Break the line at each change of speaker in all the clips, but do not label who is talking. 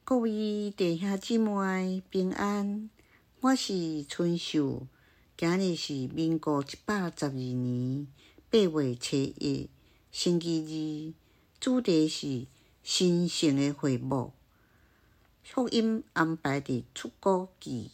各位弟兄姊妹平安，我是春秀。今日是民国112年8月初1，星期2，主题是新生的会幕。福音安排伫出谷记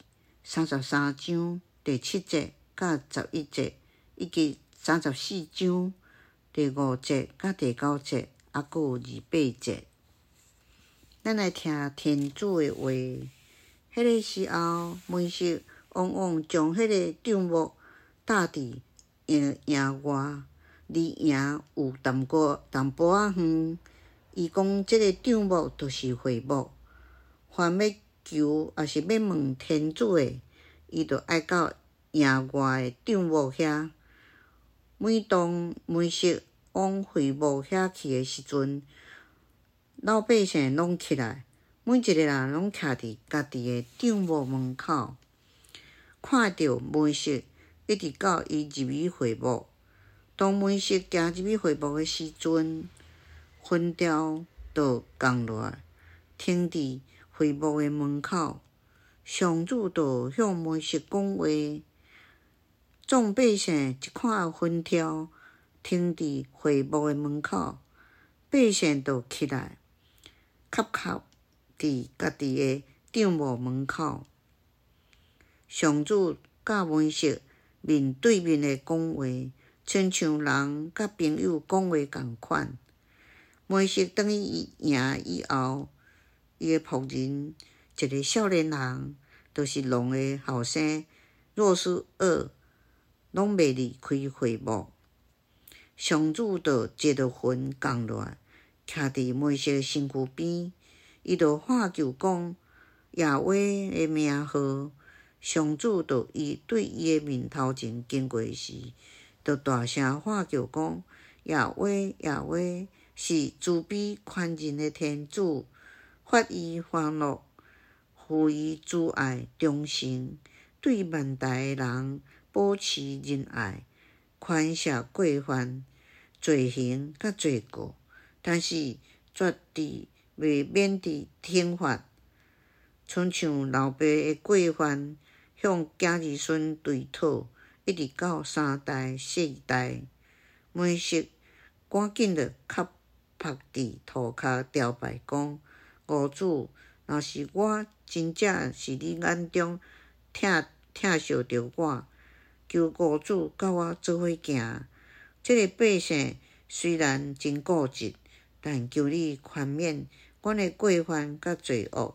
33章第7节到11节，以及34章第5节到第9节，还佫有28节。咱来听天主的话。迄个时候，门士往往将迄个帐幕搭伫营外，离营有淡薄仔远。伊讲，即个帐幕就是会幕。凡要求也是要问天主的，伊就爱到营外的帐幕遐。每当门士往会幕遐去的时阵，老百姓拢起来，每一个人拢徛伫家己的帐幕门口，看到门士一直到伊入去会幕。当门士行入去会幕的时阵，云条就降落来，停伫会幕的门口。上主就向门士讲话，众百姓一看云条停伫会幕的门口，百姓就起来，磕伫家己的帐幕门口。上主甲门士面对面的讲话，亲像人甲朋友讲话共款。门士转去营以后，伊的仆人一个少年人，就是龙的后生若斯尔，拢袂离开会幕。上主就接着云降落来，徛伫门士的身躯边。伊就喊求讲亚威的名号。上主就对伊的面头前经过时，就大声喊叫讲亚威亚威，是慈悲宽仁的天主，发伊欢乐，予伊慈爱忠诚，对万代的人保持仁爱，宽赦过犯、罪行甲罪过，但是绝对袂免伫刑罚，亲像老爸的过犯，向囝儿孙追讨，一直到3代4代。门士赶紧就磕趴伫涂骹朝拜讲：五主，若是我真正是你眼中疼惜着我，求五主甲我做伙行。这个百姓虽然真固执，但求你宽免阮的过犯甲罪恶，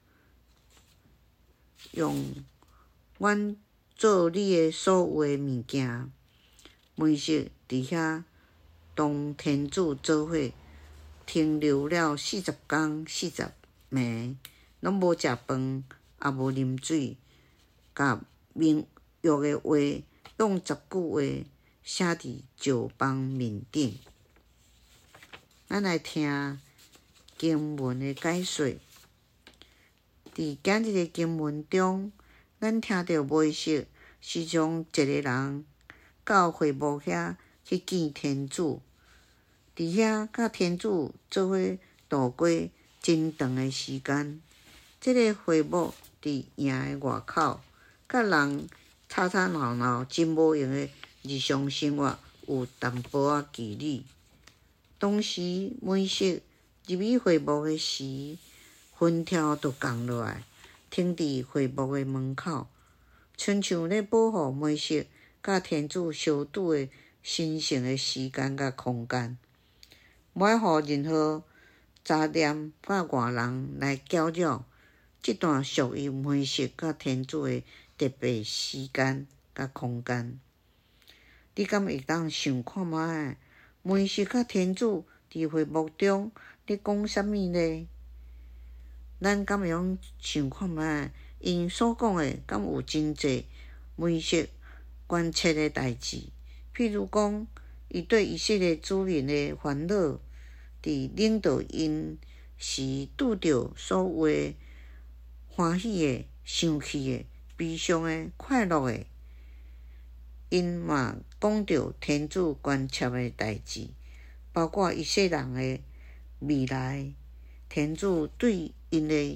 用阮做你的所有的物件。门士伫遐同天主做伙停留了40天40暝，拢无食饭，也无啉水，甲明约的话用10句话写伫石板面顶。咱来听经文的解说。伫今日的经文中，咱听到门士时常一个人到会幕遐去见天主，伫遐甲天主做伙度过真长的时间。这个会幕伫营的外口，甲人吵吵闹闹、真无用的日常生活有淡薄仔距离。当时门士入去会幕的时，云条就降落来，停伫会幕的门口，亲像咧保护门士甲天主相拄的神圣的时间甲空间，无爱互任何杂念甲外人来搅扰这段属于门士甲天主的特别时间甲空间。你敢会当想看觅，门士甲天主伫会幕中咧讲啥物呢？咱敢会用想看觅，因所讲的敢有真侪门士关切的代志？譬如讲，伊对以色列子民的烦恼，伫领导因时拄着所有的欢喜的、生气的、悲伤的、快乐的，因嘛讲着天主关切的代志，包括以色列人的未来。天主对因的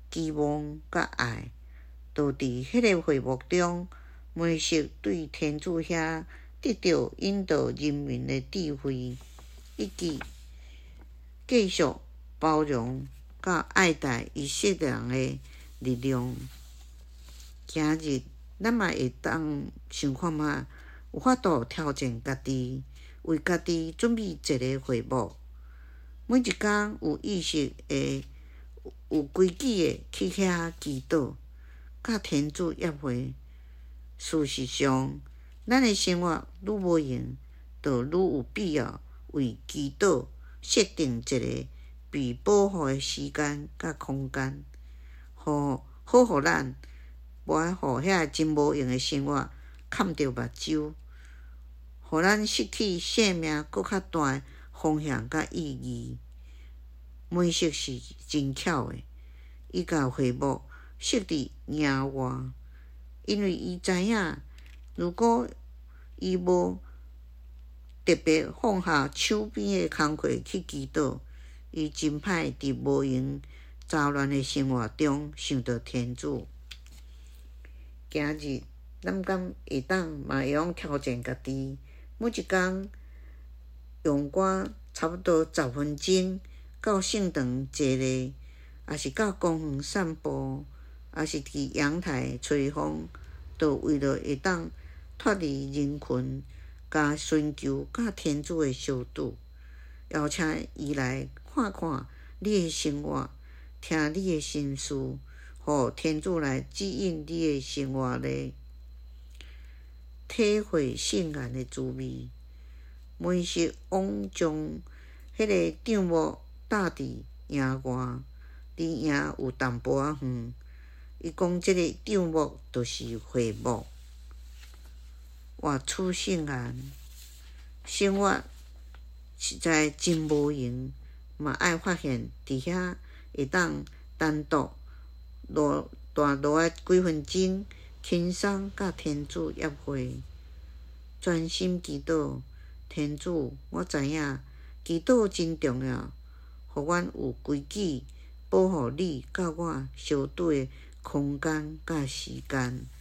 期望甲爱，就伫迄个会幕中，梅瑟对天主遐得到引导人民的智慧，以及继续包容甲爱戴以色列人的力量。今日咱嘛会当想看觅，有法度挑战家己，为家己准备一个会幕，每一工有意识的、有规矩的去遐祈祷，甲天主约会。事实上，咱的生活愈无用，就愈有必要为祈祷设定一个被保护的时间甲空间，好互咱无爱互遐真无用的生活看着目睭，互咱失去生命搁较大的方向甲意义。梅瑟是真巧的，伊甲会幕设伫野外，因为伊知影，如果伊无特别放下手边的工课去祈祷，伊真歹伫无用杂乱的生活中想到天主。今日咱敢会当嘛会用挑战家己，每一工用我差不多10分钟到圣堂坐咧，也是到公园散步，也是伫阳台吹风，都为了会当脱离人群，甲寻求甲天主的相拄，邀请伊来看看你的生活，听你的心事，互天主来指引你的生活咧，体会圣言的滋味。梅瑟王将迄个帐幕搭伫野外，离野有淡薄仔远。伊讲即个帐幕就是会幕。活出圣言，生活实在真无用，嘛爱发现伫遐会当单独大落几分钟，轻松甲天主约会，专心祈祷。天主，我知影祈祷真重要，互阮有规矩保护你甲我相对的空间甲时间。